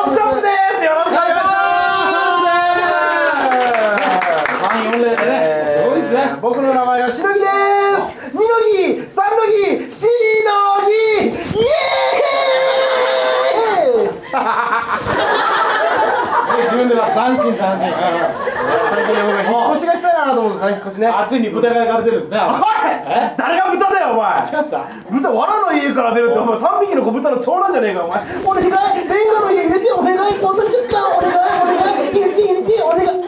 ップチョップです。よろしくお願いします。 3、4例でね、すごいですね。 僕の名前はしのぎです。2のぎ、3のぎ、しのぎ、イエーイ自分では斬新。 最近僕は引っ越しがしたいなと思うんですね、引っ越しね。 ついに豚が焼かれてるんですね。 おい、誰が豚だよお前。 違いました。 豚、藁の家から出るってお前3匹の子豚の長男じゃねえかお前。お願い、レンガの家入れてお願い、壊されちゃった、お願い、入れてお願い。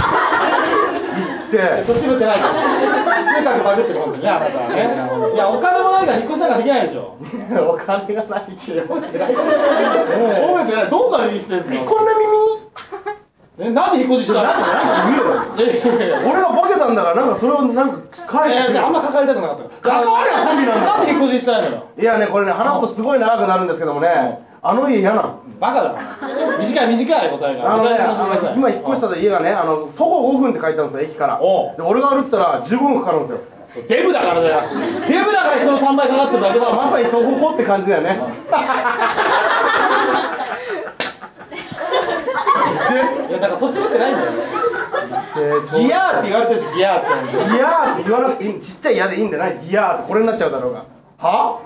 そっち向ってないから。性格バグってる本当にね、あなたはね。いや、お金もないから引っ越しなんかできないでしょ。 お金がないし、覚えてない。 覚えてない。どんな耳してんすか。 こんな耳。 なんで引っ越ししたの。 なんか言えよ。俺がボケたんだから、なんかそれをなんか返して。 あんま関わりたくなかった。 関わりはコンビなんだ。 なんで引っ越ししたいのよ。 いやね、これね、話すとすごい長くなるんですけどもね、あの家嫌なの。 バカだ。短い答えが。 今引っ越した家がね、徒歩5分って書いてあるんですよ、駅から。で、俺が歩ったら15分かかるんですよ。 デブだからだよ。デブだから人の3倍かかってるだけだ。 まさに徒歩って感じだよね。 いや、だからそっち持ってないんだよ。ギヤーって言われてるし、ギヤーって。 ギヤーって言わなくていい、ちっちゃい矢でいいんだよな、ギヤーってこれになっちゃうだろうが。は？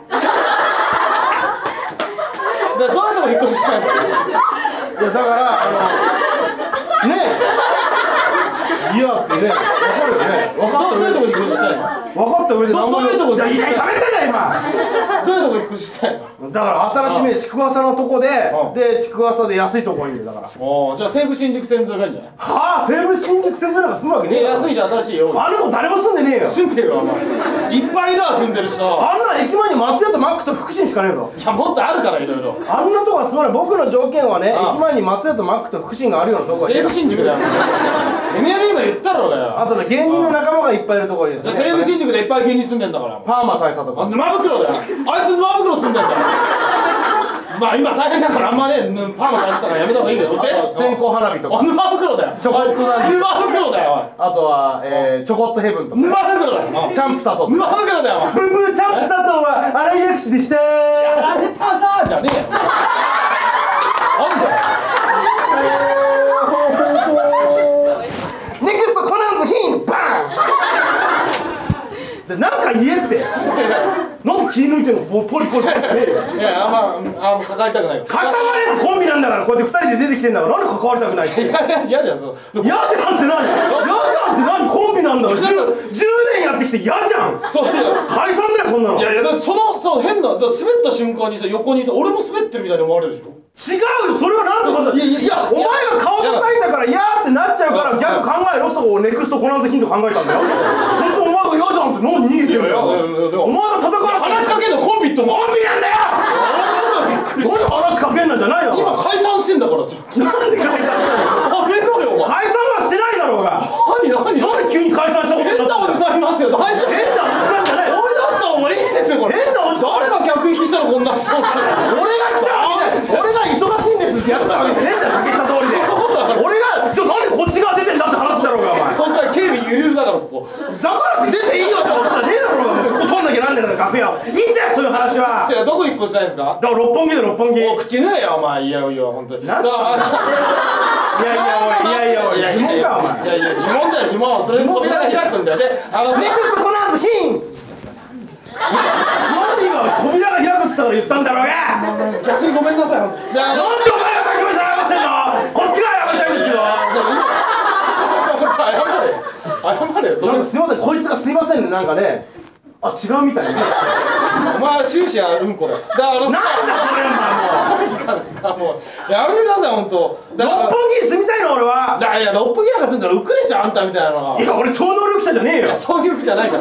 どういうとこ引っ越ししたんですか。いやだからねえ、ギヤーってね、わかるよね。分かった上でどういうとこ引っ越ししたいの。 分かった上でどういうとこで。 いや、喋ってんだよ今。 どういうとこ引っ越ししたいの。 だから新しめ築浅のとこで、築浅で安いとこがいいんだよだから。 じゃあ西武新宿線沿いがいいんじゃない。 はあ、西武新宿線沿いなんか住むわけねえよ。 安いじゃん、新しいよ。 あんなとこ誰も住んでねえよ。 住んでるわお前。いっぱいいるわ、住んでる人。 あんな駅前に松屋とマックと福神しかねえぞ。 いや、もっとあるからいろいろ。 あんなとこは住まない。僕の条件はね、駅前に松屋とマックと福神があるようなとこがいい。 西武新宿だよ。ML 今言ったろうがよ。 あとね、芸人の仲間がいっぱいいるとこがいいですね。 西武新宿でいっぱい芸人住んでんだから。 パーマ大佐とか。 沼袋だよ。あいつ沼袋住んでんだよ。まあ今大変だからあんまね、パーマ大佐とかやめた方がいいよ。 線香花火とか。 沼袋だよ。 チョコットダンディ。 沼袋だよ。 あとはチョコットヘブンとか。 沼袋だよ。 チャンプ佐藤。 沼袋だよ。 ブンブンチャンプ佐藤は荒井薬師でした。 やられたなじゃねえよ。なんだよ。 ネクストコナンズヒンバーン。なんか言えって。なんで気抜いてんのポリポリってねえよ。 いや、あんま関わりたくない。 関われるコンビなんだから、こうやって2人で出てきてんだから、なんで関わりたくないって。 嫌じゃん、そう。 嫌じゃんって何？嫌じゃんって何？コンビなんだから。10年やってきて嫌じゃん。そうだよ。解散だよ、そんなの。 いやいや、その変な、滑った瞬間にさ、横にいて、俺も滑ってるみたいに思われるでしょ。 違うよ、それはなんとかさ、いや、お前が顔叩いたから嫌ってなっちゃうから、逆考えろ、そこをネクストコナンズヒント考えたんだよ。お前が嫌じゃんって何逃げてるんだよ。お前が叩かれて話しかけるのコンビってコンビなんだよ。 何話しかけんなんじゃないよ。 今解散してんだから。なんで解散したの？ やめろよお前。 解散はしてないだろうが。 何なんで急に解散したことになったの？ 変なおじさんいますよ。大丈夫？ 変なおじさんじゃない。 追い出した方がいいですよこれ。 変なおじさん。 誰が逆行きしたのこんな人って。 俺が来たわけじゃない。俺が忙しいんですってやったわけじゃねえんだよ、竹下通りで。俺がなんでこっち側出てんだって話だろうがお前。 今回警備ゆるゆるだからここ。 だからって出ていいよって思ったらねえだろうが。ここ取んなきゃなんねえんだから楽屋を。いいんだよそういう話は。 いや、どこ引っ越したいんですか。 だから六本木で六本木。 もう口ねえよお前。いやいや本当に。 なんで？いやいやおい、呪文かお前。 いや呪文だよ呪文。それで扉が開くんだよ。で、 ネクストコナンズヒント。何が扉が開くって言ったから言ったんだろうが。 逆にごめんなさい。なんでお前が先ほど謝ってんの？こっちが謝りたいんですけど。 謝れよ。 なんかすいません、こいつがすいませんね、なんかね。あ、違うみたいな。 お前は終始はうんこだよ。 なんだそれお前もう。 何ですかもう。やめてください本当。 六本木に住みたいの俺は。 いや六本木なんか住んだら浮くでしょあんたみたいなのが。 いや俺超能力者じゃねえよ。 そういう服じゃないから。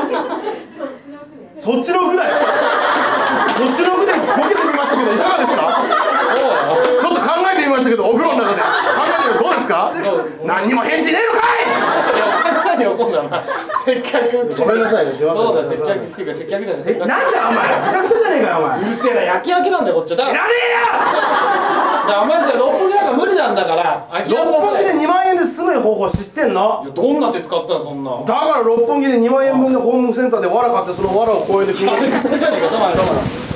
そっちの服だよ。そっちの服でボケてみましたけどいかがですか？ちょっと考えてみましたけどお風呂の中で考えてみどうですか？何にも返事ねえのかい。 いやお客さんに怒んだな。せっかく。 ごめんなさいね。 そうだよ接客っていうか接客じゃない。 なんだお前めちゃくちゃじゃねえかよお前。 うるせえな焼き焼きなんだよこっちは。 知らねえよ。 お前じゃ六本木なんか無理なんだから。 六本木で2万円で住む方法知ってんの？ いやどんな手使ったのそんな。 だから六本木で2万円分のホームセンターで藁買ってその藁を公園でやめ方じゃねえかだから。